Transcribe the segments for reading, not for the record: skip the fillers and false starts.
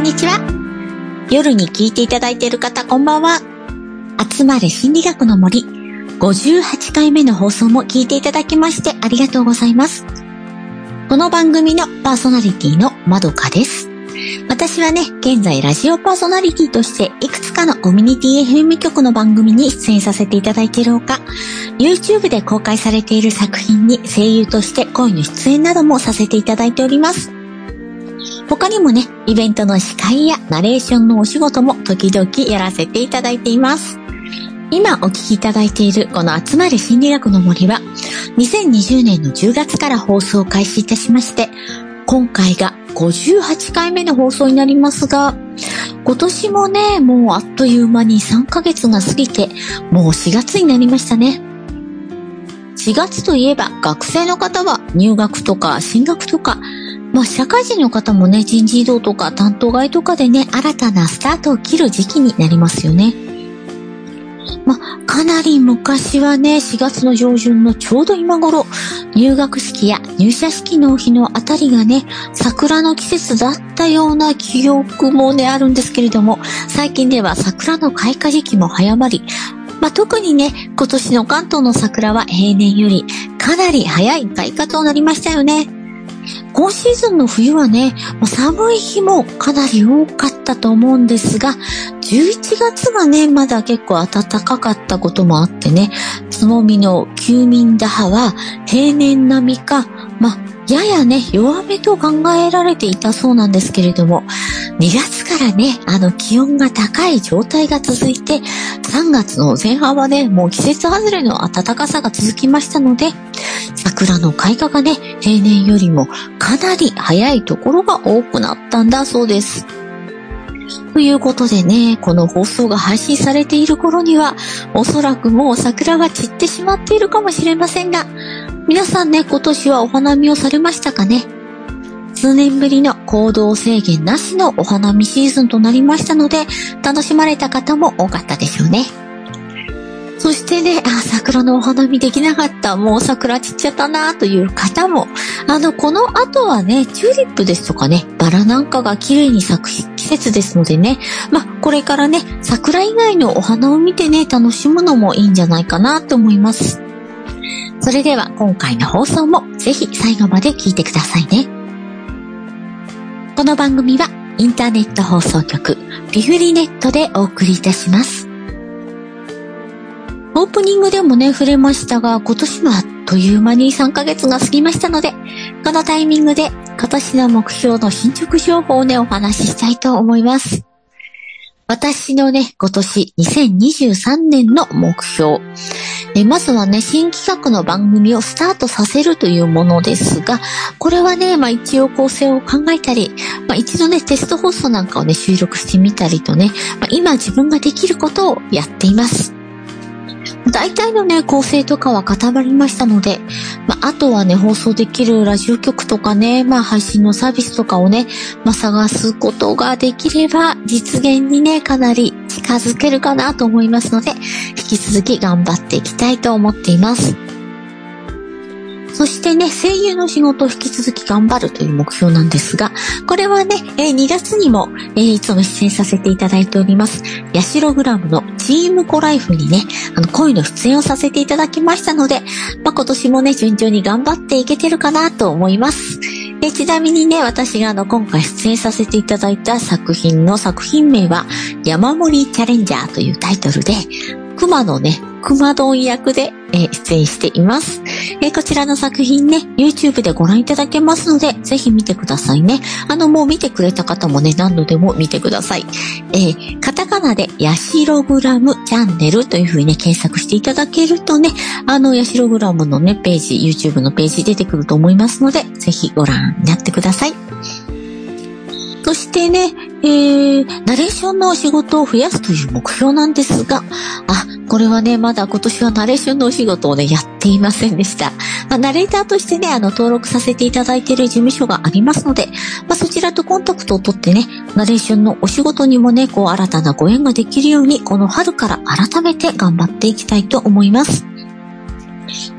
んにちは。夜に聞いていただいている方、こんばんは。集まれ心理学の森58回目の放送も聞いていただきましてありがとうございます。この番組のパーソナリティのまどかです。私はね、現在ラジオパーソナリティとしていくつかのコミュニティ FM 局の番組に出演させていただいているほか、YouTube で公開されている作品に声優として声の出演などもさせていただいております。他にもね、イベントの司会やナレーションのお仕事も時々やらせていただいています。今お聞きいただいているこの集まれ心理学の森は2020年の10月から放送を開始いたしまして、今回が58回目の放送になりますが、今年もね、もうあっという間に3ヶ月が過ぎて、もう4月になりましたね。4月といえば学生の方は入学とか進学とか、社会人の方もね、人事異動とか担当外とかでね、新たなスタートを切る時期になりますよね。かなり昔はね、4月の上旬のちょうど今頃、入学式や入社式の日のあたりがね、桜の季節だったような記憶もね、あるんですけれども、最近では桜の開花時期も早まり、特にね、今年の関東の桜は平年よりかなり早い開花となりましたよね。今シーズンの冬はね、寒い日もかなり多かったと思うんですが、11月がね、まだ結構暖かかったこともあってね、つぼみの休眠打破は平年並みか、ややね、弱めと考えられていたそうなんですけれども、2月からね、気温が高い状態が続いて、3月の前半はね、もう季節外れの暖かさが続きましたので、桜の開花がね、平年よりもかなり早いところが多くなったんだそうです。ということでね、この放送が配信されている頃には、おそらくもう桜が散ってしまっているかもしれませんが、皆さんね、今年はお花見をされましたかね。数年ぶりの行動制限なしのお花見シーズンとなりましたので、楽しまれた方も多かったでしょうね。そしてね、桜のお花見できなかった、もう桜散っちゃったなという方も、この後はね、チューリップですとかね、バラなんかが綺麗に咲く季節ですのでね、これからね、桜以外のお花を見てね、楽しむのもいいんじゃないかなと思います。それでは今回の放送もぜひ最後まで聞いてくださいね。この番組はインターネット放送局リフリネットでお送りいたします。オープニングでもね、触れましたが、今年はあっという間に3ヶ月が過ぎましたので、このタイミングで今年の目標の進捗情報をね、お話ししたいと思います。私のね、今年2023年の目標。まずはね、新企画の番組をスタートさせるというものですが、これはね、一応構成を考えたり、一度ね、テスト放送なんかをね、収録してみたりとね、今自分ができることをやっています。大体のね、構成とかは固まりましたので、あとはね、放送できるラジオ局とかね、配信のサービスとかをね、探すことができれば、実現にね、かなり近づけるかなと思いますので、引き続き頑張っていきたいと思っています。そしてね、声優の仕事を引き続き頑張るという目標なんですが、これはね、2月にも、いつも出演させていただいております、ヤシログラムのチームコライフにね、声の出演をさせていただきましたので、今年もね、順調に頑張っていけてるかなと思います。ちなみにね、私が今回出演させていただいた作品名は、山盛りチャレンジャーというタイトルで、熊のね、熊丼役で、出演しています。こちらの作品ね、YouTube でご覧いただけますので、ぜひ見てくださいね。もう見てくれた方もね、何度でも見てください。カタカナでヤシログラムチャンネルという風にね、検索していただけるとね、ヤシログラムのね、ページ、YouTube のページ出てくると思いますので、ぜひご覧になってください。そしてね、ナレーションのお仕事を増やすという目標なんですが、これはね、まだ今年はナレーションのお仕事をね、やっていませんでした。ナレーターとしてね、登録させていただいている事務所がありますので、そちらとコンタクトを取ってね、ナレーションのお仕事にもね、新たなご縁ができるように、この春から改めて頑張っていきたいと思います。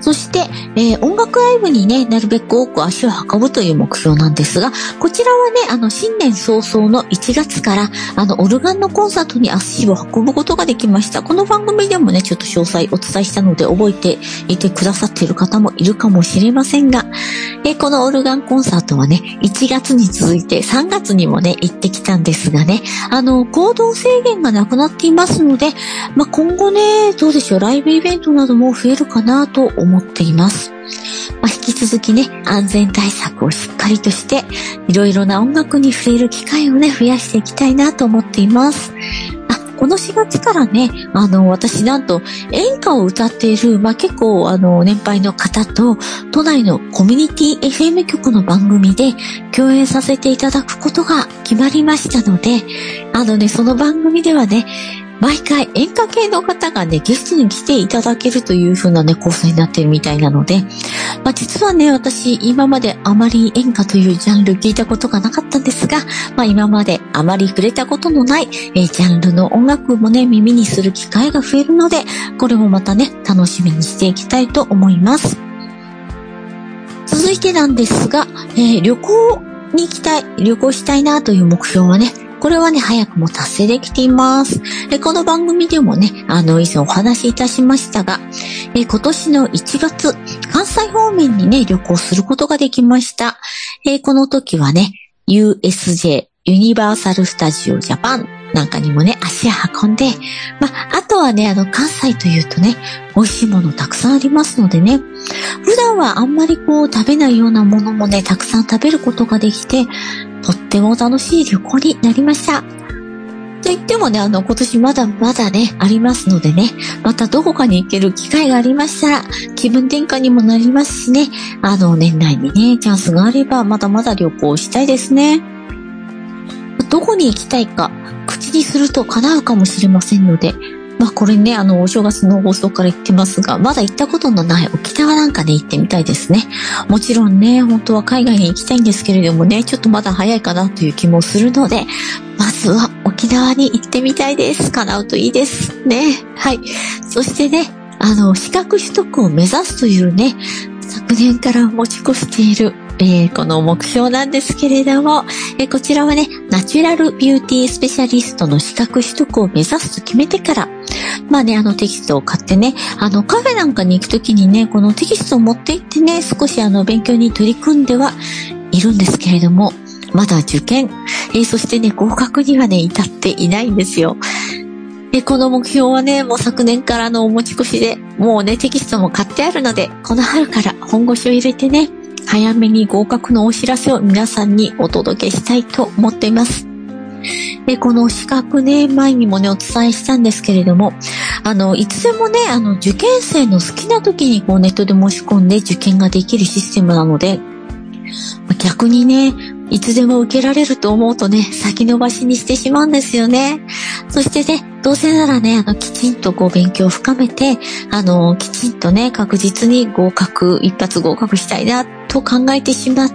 そして、音楽ライブにね、なるべく多く足を運ぶという目標なんですが、こちらはね、新年早々の1月から、オルガンのコンサートに足を運ぶことができました。この番組でもね、ちょっと詳細お伝えしたので、覚えていてくださっている方もいるかもしれませんが、このオルガンコンサートはね、1月に続いて3月にもね、行ってきたんですがね、行動制限がなくなっていますので、今後ね、どうでしょう、ライブイベントなども増えるかなと思っています。引き続きね、安全対策をしっかりとして、いろいろな音楽に触れる機会をね、増やしていきたいなと思っています。この4月からね、私なんと演歌を歌っている、結構年配の方と都内のコミュニティ FM 局の番組で共演させていただくことが決まりましたので、その番組ではね、毎回演歌系の方がね、ゲストに来ていただけるという風なね、構成になっているみたいなので、実はね、私今まであまり演歌というジャンル聞いたことがなかったんですが、今まであまり触れたことのない、ジャンルの音楽もね、耳にする機会が増えるので、これもまたね、楽しみにしていきたいと思います。続いてなんですが、旅行に行きたい、旅行したいなという目標はね、これはね、早くも達成できています。この番組でもね、以前お話しいたしましたが、今年の1月、関西方面にね、旅行することができました。この時はね、USJ、ユニバーサル・スタジオ・ジャパンなんかにもね、足を運んで、あとはね、関西というとね、美味しいものたくさんありますのでね、普段はあんまり食べないようなものもね、たくさん食べることができて、とっても楽しい旅行になりました。と言ってもね、今年まだまだね、ありますのでね、またどこかに行ける機会がありましたら、気分転換にもなりますしね、年内にね、チャンスがあれば、まだまだ旅行したいですね。どこに行きたいか、口にすると叶うかもしれませんので、これね、お正月の放送から言ってますが、まだ行ったことのない沖縄なんかね、行ってみたいですね。もちろんね、本当は海外に行きたいんですけれどもね、ちょっとまだ早いかなという気もするので、まずは沖縄に行ってみたいです。叶うといいですね。はい。そしてね、資格取得を目指すというね、昨年から持ち越しているこの目標なんですけれども、こちらはね、ナチュラルビューティースペシャリストの資格取得を目指すと決めてから、テキストを買ってね、カフェなんかに行くときにね、このテキストを持って行ってね、少し勉強に取り組んではいるんですけれども、まだ受験、そしてね、合格にはね、至っていないんですよ。この目標はね、もう昨年からのお持ち越しで、もうね、テキストも買ってあるので、この春から本腰を入れてね、早めに合格のお知らせを皆さんにお届けしたいと思っています。この資格ね、前にもね、お伝えしたんですけれども、いつでもね、受験生の好きな時にネットで申し込んで受験ができるシステムなので、逆にね、いつでも受けられると思うとね、先延ばしにしてしまうんですよね。そしてね、どうせならね、きちんと勉強を深めて、きちんとね、確実に一発合格したいなと考えてしまって、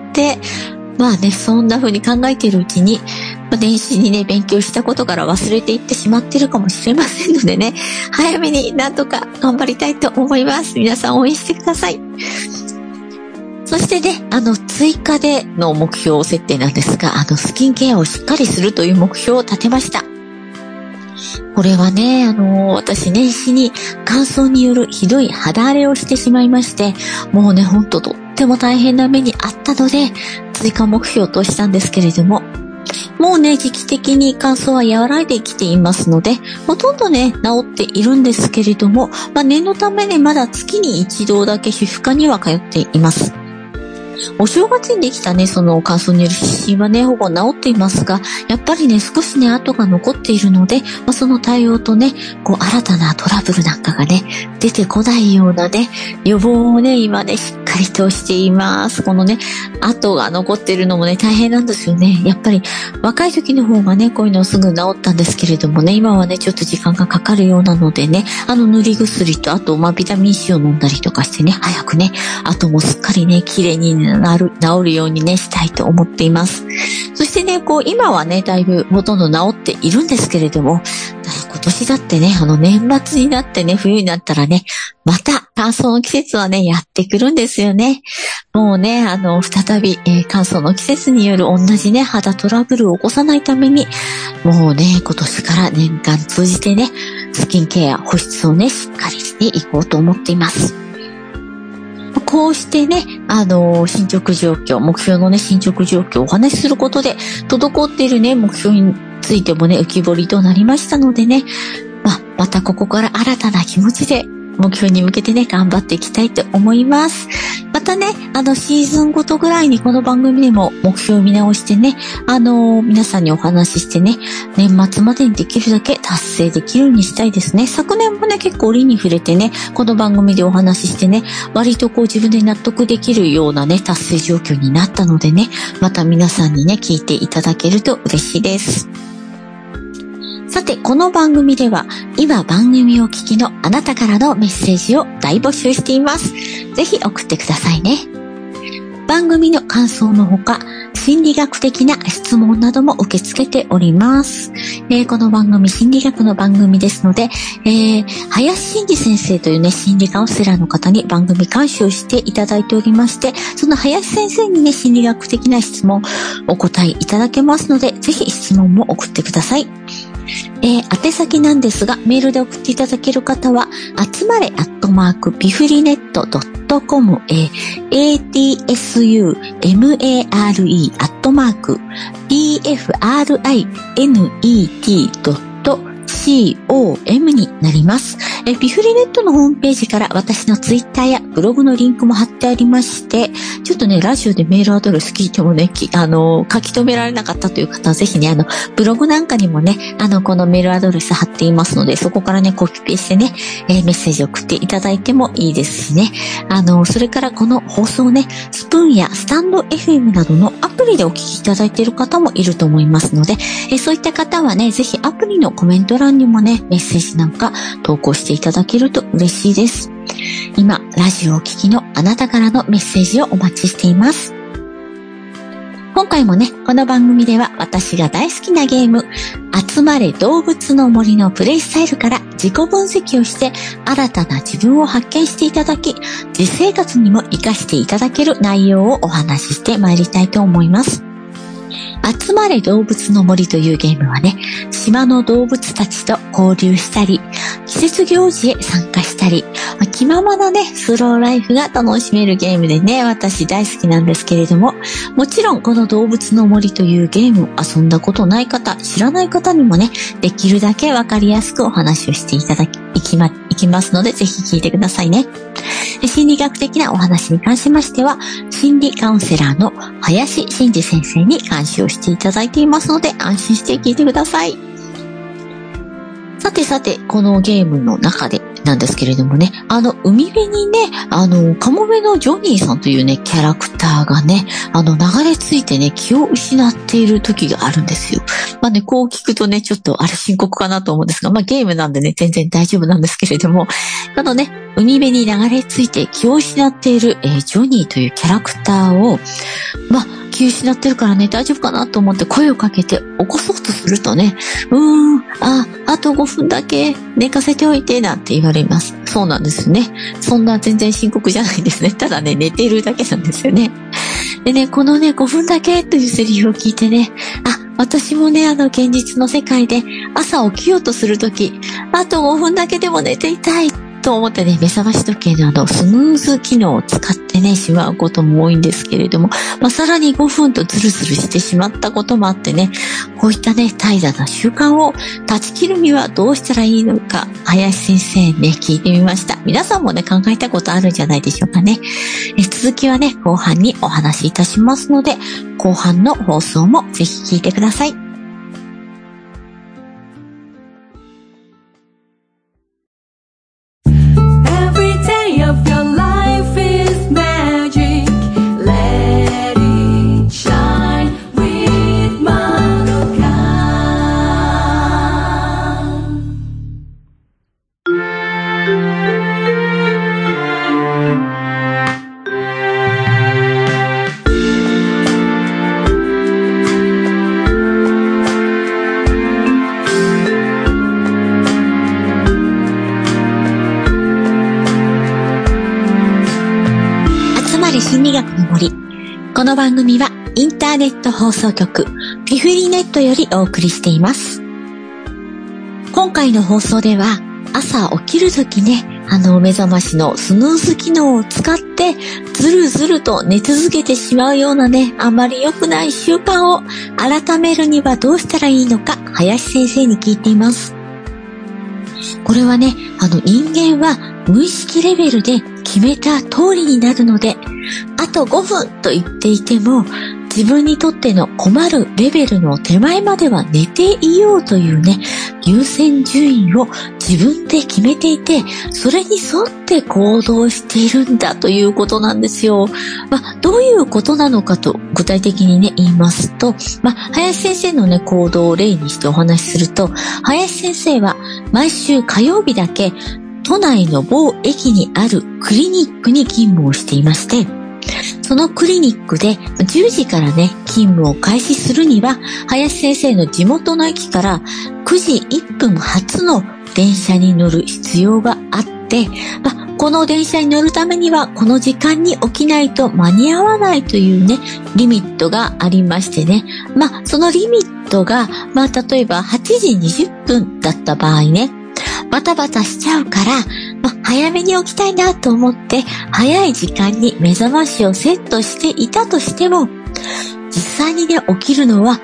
そんな風に考えているうちに、年始にね、勉強したことから忘れていってしまってるかもしれませんのでね、早めになんとか頑張りたいと思います。皆さん応援してください。そしてね、追加での目標設定なんですが、スキンケアをしっかりするという目標を立てました。これはね、私年始に乾燥によるひどい肌荒れをしてしまいまして、もうね、とっても大変な目にあったので、追加目標としたんですけれども、もうね、時期的に乾燥は和らいできていますので、ほとんどね、治っているんですけれども、念のためね、まだ月に一度だけ皮膚科には通っています。お正月にできたね、その乾燥による湿疹はね、ほぼ治っていますが、やっぱりね、少しね、跡が残っているので、その対応とね、新たなトラブルなんかがね、出てこないようなね、予防をね、今ね、しっかりとしています。このね、跡が残っているのもね、大変なんですよね。やっぱり、若い時の方がね、こういうのすぐ治ったんですけれどもね、今はね、ちょっと時間がかかるようなのでね、塗り薬と、あと、ビタミン C を飲んだりとかしてね、早くね、跡もすっかりね、綺麗に治るようにね、したいと思っています。そしてね、今はね、だいぶほとんど治っているんですけれども、今年だってね、年末になってね、冬になったらね、また乾燥の季節はね、やってくるんですよね。もうね、再び、乾燥の季節による同じね、肌トラブルを起こさないために、もうね、今年から年間通じてね、スキンケア、保湿をね、しっかりしていこうと思っています。こうしてね、進捗状況、目標のね、進捗状況をお話しすることで、滞っているね、目標についてもね、浮き彫りとなりましたのでね、またここから新たな気持ちで、目標に向けてね、頑張っていきたいと思います。またね、シーズンごとぐらいにこの番組でも目標を見直してね、皆さんにお話ししてね、年末までにできるだけ達成できるようにしたいですね。昨年もね、結構折に触れてね、この番組でお話ししてね、割とこう自分で納得できるようなね、達成状況になったのでね、また皆さんにね、聞いていただけると嬉しいです。さて、この番組では、今番組を聞きのあなたからのメッセージを大募集しています。ぜひ送ってくださいね。番組の感想のほか、心理学的な質問なども受け付けております。この番組、心理学の番組ですので、林真二先生というね、心理カウンセラーの方に番組監修していただいておりまして、その林先生にね、心理学的な質問お答えいただけますので、ぜひ質問も送ってください。宛先なんですが、メールで送っていただける方は、集まれ@bifrinet.com、atsumare@bfrinet.com になります。ビフリネットのホームページから私のツイッターやブログのリンクも貼ってありまして、ちょっとね、ラジオでメールアドレス聞いてもね、書き留められなかったという方はぜひね、ブログなんかにもね、このメールアドレス貼っていますので、そこからね、コピペしてね、メッセージを送っていただいてもいいですしね。それからこの放送ね、スプーンやスタンド FM などのアプリでお聞きいただいている方もいると思いますので、そういった方はね、ぜひアプリのコメント欄にもね、メッセージなんか投稿していただけると嬉しいです。今、ラジオをお聞きのあなたからのメッセージをお待ちしています。今回もね、この番組では私が大好きなゲーム、集まれ動物の森のプレイスタイルから自己分析をして新たな自分を発見していただき、実生活にも活かしていただける内容をお話ししてまいりたいと思います。集まれ動物の森というゲームはね、島の動物たちと交流したり、季節行事へ参加したり、気ままなね、スローライフが楽しめるゲームでね、私大好きなんですけれども、もちろんこの動物の森というゲームを遊んだことない方、知らない方にもね、できるだけわかりやすくお話をしていきますので、ぜひ聞いてくださいね。心理学的なお話に関しましては、心理カウンセラーの林真二先生に監修をしていただいていますので、安心して聞いてください。さて、このゲームの中でなんですけれどもね、海辺にね、カモメのジョニーさんというね、キャラクターがね、流れ着いてね、気を失っている時があるんですよ。こう聞くとね、ちょっと深刻かなと思うんですが、ゲームなんでね、全然大丈夫なんですけれども、このね、海辺に流れ着いて気を失っている、ジョニーというキャラクターを、気を失ってるからね、大丈夫かなと思って声をかけて起こそうとするとね、あと5分だけ寝かせておいて、なんて言われます。そうなんですよね。そんな全然深刻じゃないですね。ただね、寝ているだけなんですよね。でね、このね、5分だけというセリフを聞いてね、私もね、現実の世界で朝起きようとするとき、あと5分だけでも寝ていたいと思ってね、目覚まし時計のスヌーズ機能を使ってね、しまうことも多いんですけれども、さらに5分とズルズルしてしまったこともあってね、こういったね、怠惰な習慣を断ち切るにはどうしたらいいのか、林先生にね、聞いてみました。皆さんもね、考えたことあるんじゃないでしょうかね。続きはね、後半にお話しいたしますので、後半の放送もぜひ聞いてください。 この番組はインターネット放送局ピフリネットよりお送りしています。今回の放送では朝起きるときね、目覚ましのスヌーズ機能を使ってずるずると寝続けてしまうようなね、あまり良くない習慣を改めるにはどうしたらいいのか、林先生に聞いています。これはね、人間は無意識レベルで決めた通りになるので、あと5分と言っていても、自分にとっての困るレベルの手前までは寝ていようというね、優先順位を自分で決めていて、それに沿って行動しているんだということなんですよ。どういうことなのかと具体的にね、言いますと、林先生のね、行動を例にしてお話しすると、林先生は毎週火曜日だけ都内の某駅にあるクリニックに勤務をしていまして、そのクリニックで10時からね、勤務を開始するには、林先生の地元の駅から9時1分発の電車に乗る必要があって、この電車に乗るためにはこの時間に起きないと間に合わないというね、リミットがありましてね。そのリミットが、例えば8時20分だった場合ね、バタバタしちゃうから、早めに起きたいなと思って早い時間に目覚ましをセットしていたとしても、実際にね、起きるのは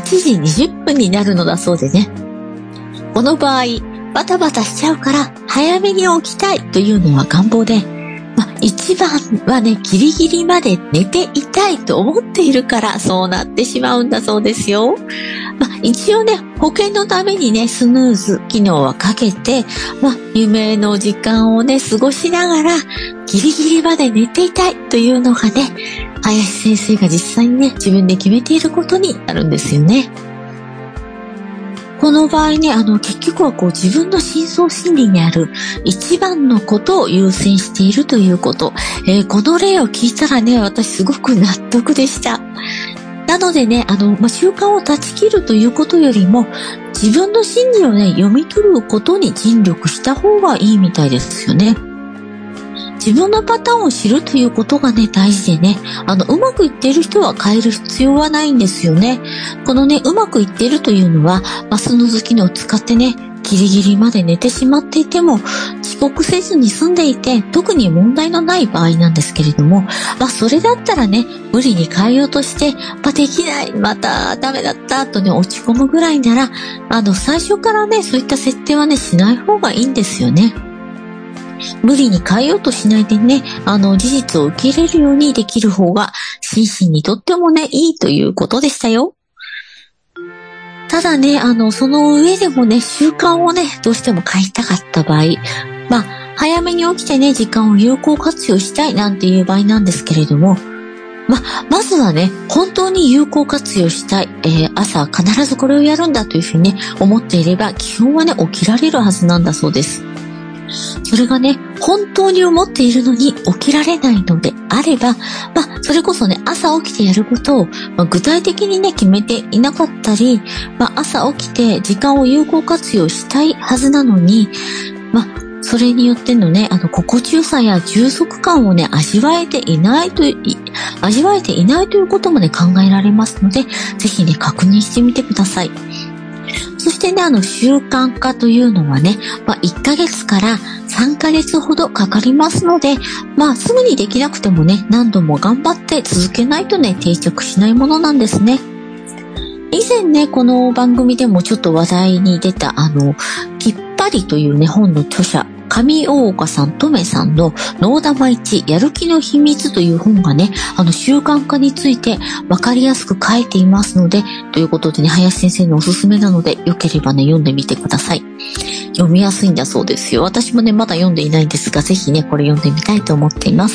8時20分になるのだそうでね。この場合、バタバタしちゃうから早めに起きたいというのは願望で、一番はね、ギリギリまで寝ていたいと思っているからそうなってしまうんだそうですよ。一応ね、保険のためにね、スヌーズ機能はかけて、夢の時間をね、過ごしながら、ギリギリまで寝ていたいというのがね、林先生が実際にね、自分で決めていることになるんですよね。この場合ね、結局は自分の深層心理にある一番のことを優先しているということ。この例を聞いたらね、私すごく納得でした。なのでね、習慣を断ち切るということよりも、自分の心理をね、読み取ることに尽力した方がいいみたいですよね。自分のパターンを知るということがね、大事でね、うまくいっている人は変える必要はないんですよね。このね、うまくいっているというのは、スヌーズ機能を使ってね、ギリギリまで寝てしまっていても、遅刻せずに済んでいて、特に問題のない場合なんですけれども、それだったらね、無理に変えようとして、できない、またダメだったとね、落ち込むぐらいなら、最初からね、そういった設定はね、しない方がいいんですよね。無理に変えようとしないでね、事実を受け入れるようにできる方が、心身にとってもね、いいということでしたよ。ただね、その上でもね、習慣をね、どうしても変えたかった場合、早めに起きてね、時間を有効活用したいなんていう場合なんですけれども、まずはね、本当に有効活用したい、朝必ずこれをやるんだというふうにね、思っていれば、基本はね、起きられるはずなんだそうです。それがね、本当に思っているのに起きられないのであれば、それこそね、朝起きてやることを、具体的にね、決めていなかったり、朝起きて時間を有効活用したいはずなのに、それによってのね、心地よさや充足感をね、味わえていないということもね、考えられますので、ぜひね、確認してみてください。そしてね、習慣化というのはね、1ヶ月から3ヶ月ほどかかりますので、すぐにできなくてもね、何度も頑張って続けないとね、定着しないものなんですね。以前ね、この番組でもちょっと話題に出た、きっぱりというね、本の著者、上大岡さん、とめさんの脳玉1やる気の秘密という本がね、習慣化についてわかりやすく書いていますので、ということでね、林先生のおすすめなので、よければね、読んでみてください。読みやすいんだそうですよ。私もね、まだ読んでいないんですが、ぜひね、これ読んでみたいと思っています。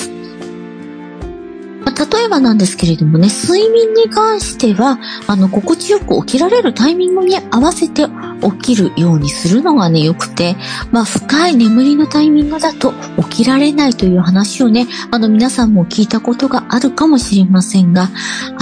例えばなんですけれどもね、睡眠に関しては、心地よく起きられるタイミングに合わせて起きるようにするのがね、良くて、深い眠りのタイミングだと起きられないという話をね、皆さんも聞いたことがあるかもしれませんが、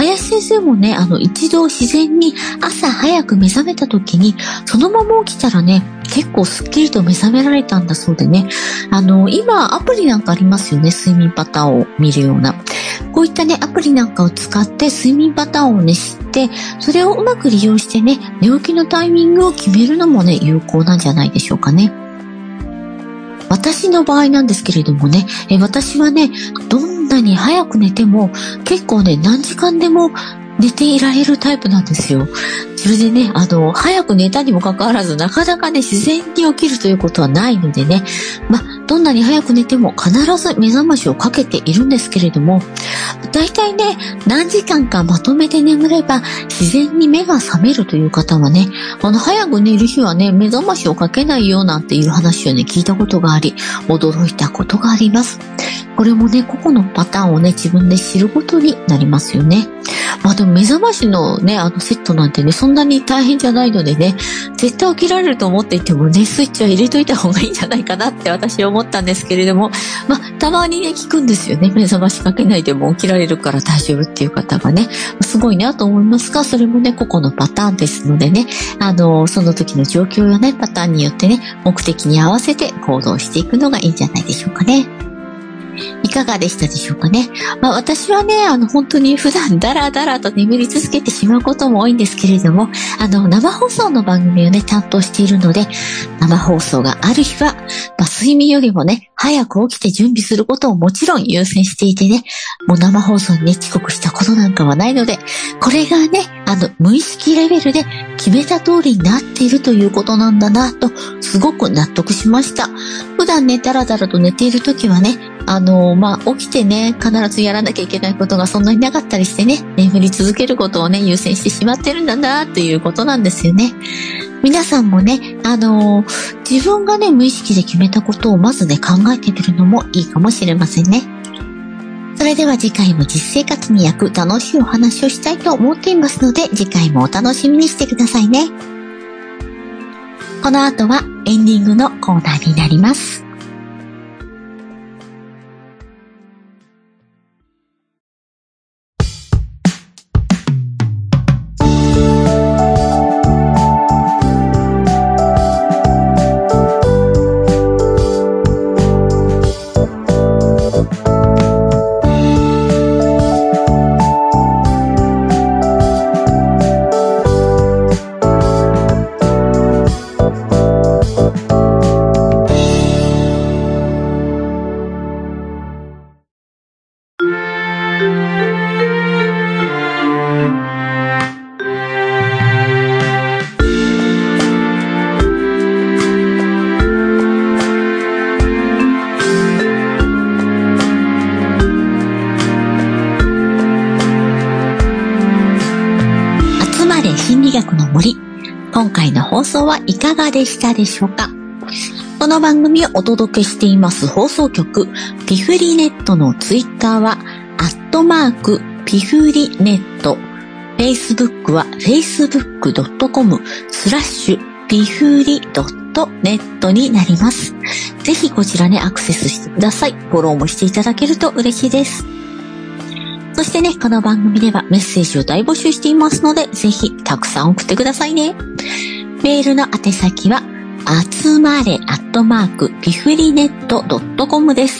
林先生もね、一度自然に朝早く目覚めた時に、そのまま起きたらね、結構スッキリと目覚められたんだそうでね。今アプリなんかありますよね。睡眠パターンを見るような。こういったね、アプリなんかを使って睡眠パターンをね、知って、それをうまく利用してね、寝起きのタイミングを決めるのもね、有効なんじゃないでしょうかね。私の場合なんですけれどもね、私はね、どんなに早く寝ても、結構ね、何時間でも寝ていられるタイプなんですよ。それでね、早く寝たにもかかわらず、なかなかね、自然に起きるということはないのでね、どんなに早く寝ても必ず目覚ましをかけているんですけれども、だいたいね、何時間かまとめて眠れば自然に目が覚めるという方はね、早く寝る日はね、目覚ましをかけないよなんていう話をね、聞いたことがあり、驚いたことがあります。これもね、個々のパターンをね、自分で知ることになりますよね。でも目覚ましのね、セットなんてね、そんなに大変じゃないのでね、絶対起きられると思っていてもね、スイッチは入れといた方がいいんじゃないかなって私は思ったんですけれども、たまにね、聞くんですよね。目覚ましかけないでも起きられるから大丈夫っていう方がね、すごいなと思いますが、それもね、個々のパターンですのでね、その時の状況やね、パターンによってね、目的に合わせて行動していくのがいいんじゃないでしょうかね。いかがでしたでしょうかね。私はね、本当に普段ダラダラと眠り続けてしまうことも多いんですけれども、生放送の番組をね、担当しているので、生放送がある日は、睡眠よりもね、早く起きて準備することをもちろん優先していてね、もう生放送にね、遅刻したことなんかはないので、これがね、無意識レベルで決めた通りになっているということなんだなと、すごく納得しました。普段ね、ダラダラと寝ているときはね、起きてね、必ずやらなきゃいけないことがそんなになかったりしてね、眠り続けることをね、優先してしまってるんだな、ということなんですよね。皆さんもね、自分がね、無意識で決めたことをまずね、考えてみるのもいいかもしれませんね。それでは次回も実生活に役楽しいお話をしたいと思っていますので、次回もお楽しみにしてくださいね。この後はエンディングのコーナーになります。心理学の森。今回の放送はいかがでしたでしょうか。この番組をお届けしています放送局ピフリネットのツイッターはピフリネット、Facebook は facebook.com/ピフリ.net になります。ぜひこちらねアクセスしてください。フォローもしていただけると嬉しいです。そしてね、この番組ではメッセージを大募集していますので、ぜひたくさん送ってくださいね。メールの宛先は、集まれピフリネット .com です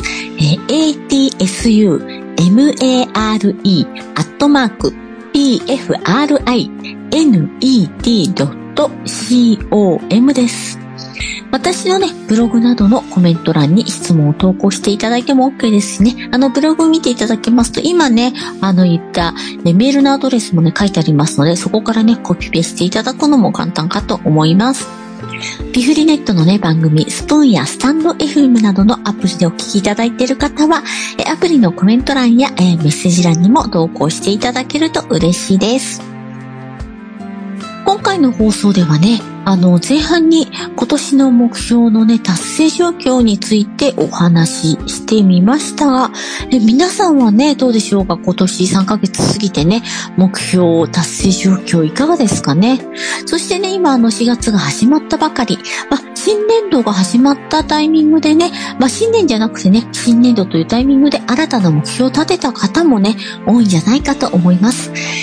。ATSUMARE@pfrinet.com です。私のね、ブログなどのコメント欄に質問を投稿していただいても OK ですしね。ブログを見ていただけますと、今ね、言った、ね、メールのアドレスもね、書いてありますので、そこからね、コピペしていただくのも簡単かと思います。ピフリネットのね、番組、スプーンやスタンド FM などのアプリでお聞きいただいている方は、アプリのコメント欄や、メッセージ欄にも投稿していただけると嬉しいです。今回の放送ではね、前半に今年の目標のね、達成状況についてお話ししてみましたが、皆さんはね、どうでしょうか。今年3ヶ月過ぎてね、目標達成状況いかがですかね。そしてね、今4月が始まったばかり、新年度が始まったタイミングでね、新年じゃなくてね、新年度というタイミングで新たな目標を立てた方もね、多いんじゃないかと思います。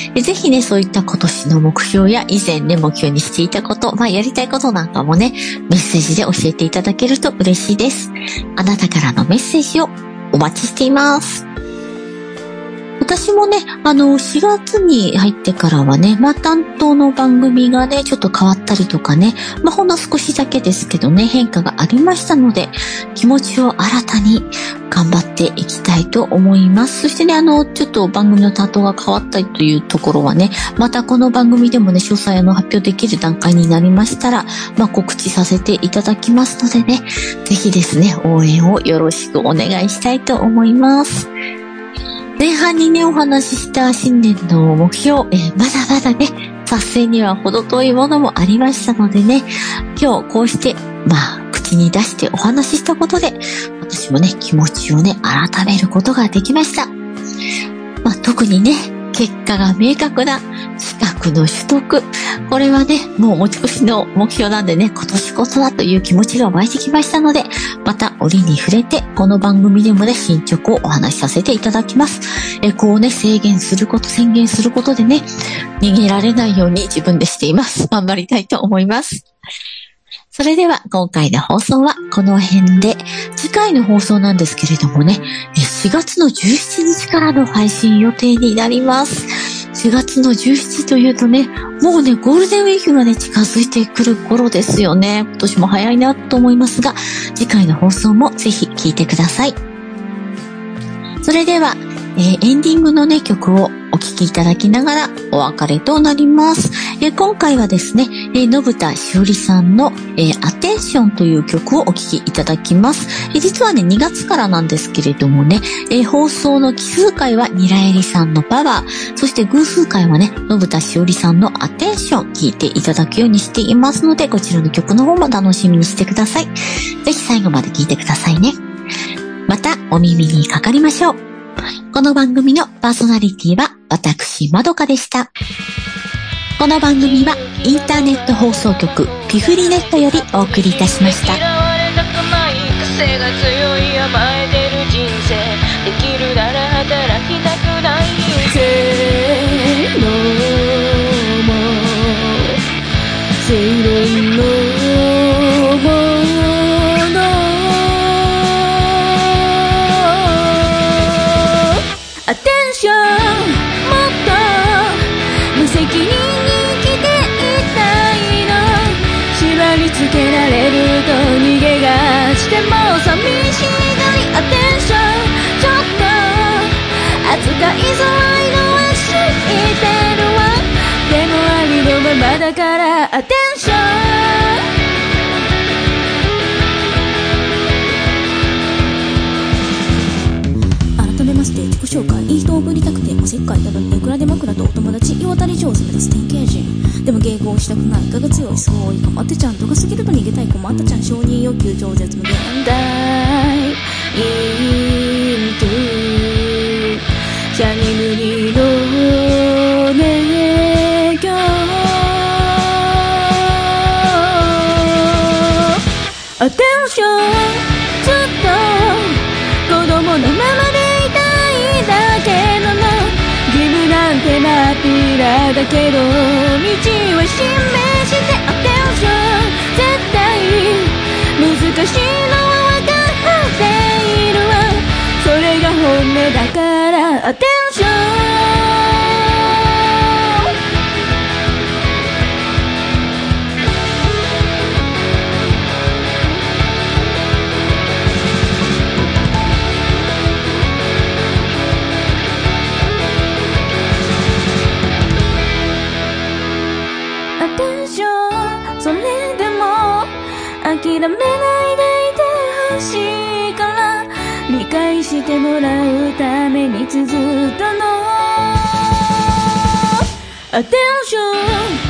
ぜひね、そういった今年の目標や以前ね、目標にしていたこと、やりたいことなんかもね、メッセージで教えていただけると嬉しいです。あなたからのメッセージをお待ちしています。私もね、4月に入ってからはね、担当の番組がね、ちょっと変わったりとかね、ほんの少しだけですけどね、変化がありましたので、気持ちを新たに頑張っていきたいと思います。そしてね、ちょっと番組の担当が変わったりというところはね、またこの番組でもね、詳細発表できる段階になりましたら、告知させていただきますのでね、ぜひですね、応援をよろしくお願いしたいと思います。前半にね、お話しした新年の目標、まだまだね、達成には程遠いものもありましたのでね、今日こうして、口に出してお話ししたことで、私もね、気持ちをね、改めることができました。特にね、結果が明確な資格の取得。これはね、もう持ち越しの目標なんでね、今年こそはという気持ちが湧いてきましたので、また折に触れて、この番組でもね、進捗をお話しさせていただきます。こうね、宣言することでね、逃げられないように自分でしています。頑張りたいと思います。それでは今回の放送はこの辺で、次回の放送なんですけれどもね、4月の17日からの配信予定になります。4月の17というとね、もうね、ゴールデンウィークがね、近づいてくる頃ですよね。今年も早いなと思いますが、次回の放送もぜひ聞いてください。それでは、エンディングのね、曲をお聴きいただきながらお別れとなります。今回はですね、信田しおりさんの、アテンションという曲をお聴きいただきます。実はね、2月からなんですけれどもね、放送の奇数回はニラエリさんのパワー、そして偶数回はね、信田しおりさんのアテンション聴いていただくようにしていますので、こちらの曲の方も楽しみにしてください。ぜひ最後まで聴いてくださいね。またお耳にかかりましょう。この番組のパーソナリティは私まどかでした。この番組はインターネット放送局ピフリネットよりお送りいたしました。 嫌われたくない癖が強い甘えてる人生、できるなら働きたくないせーのも正論のアテンション、もっと無責任に生きていたいの。縛り付けられると逃げがちでも寂しいないアテンション、ちょっと扱いづらいのは知ってるわ。でもありのままだからアテンション。改めまして自己紹介、いい人をぶりたくておせっかいただっていくらで枕とお友達世渡り上手目指す典型人でも迎合したくないかが強いすごいかまってちゃんとか過ぎると逃げたい困ったちゃん承認欲求超絶無限大イントゥシャニムニの熱狂アテンション、ずっと子供のままで手まっぴらだけど道は示してアテンション、絶対難しいのは分かっているわ。それが本音だからアテンション。それでも諦めないでいてほしいから理解してもらうために綴ったのアテンション。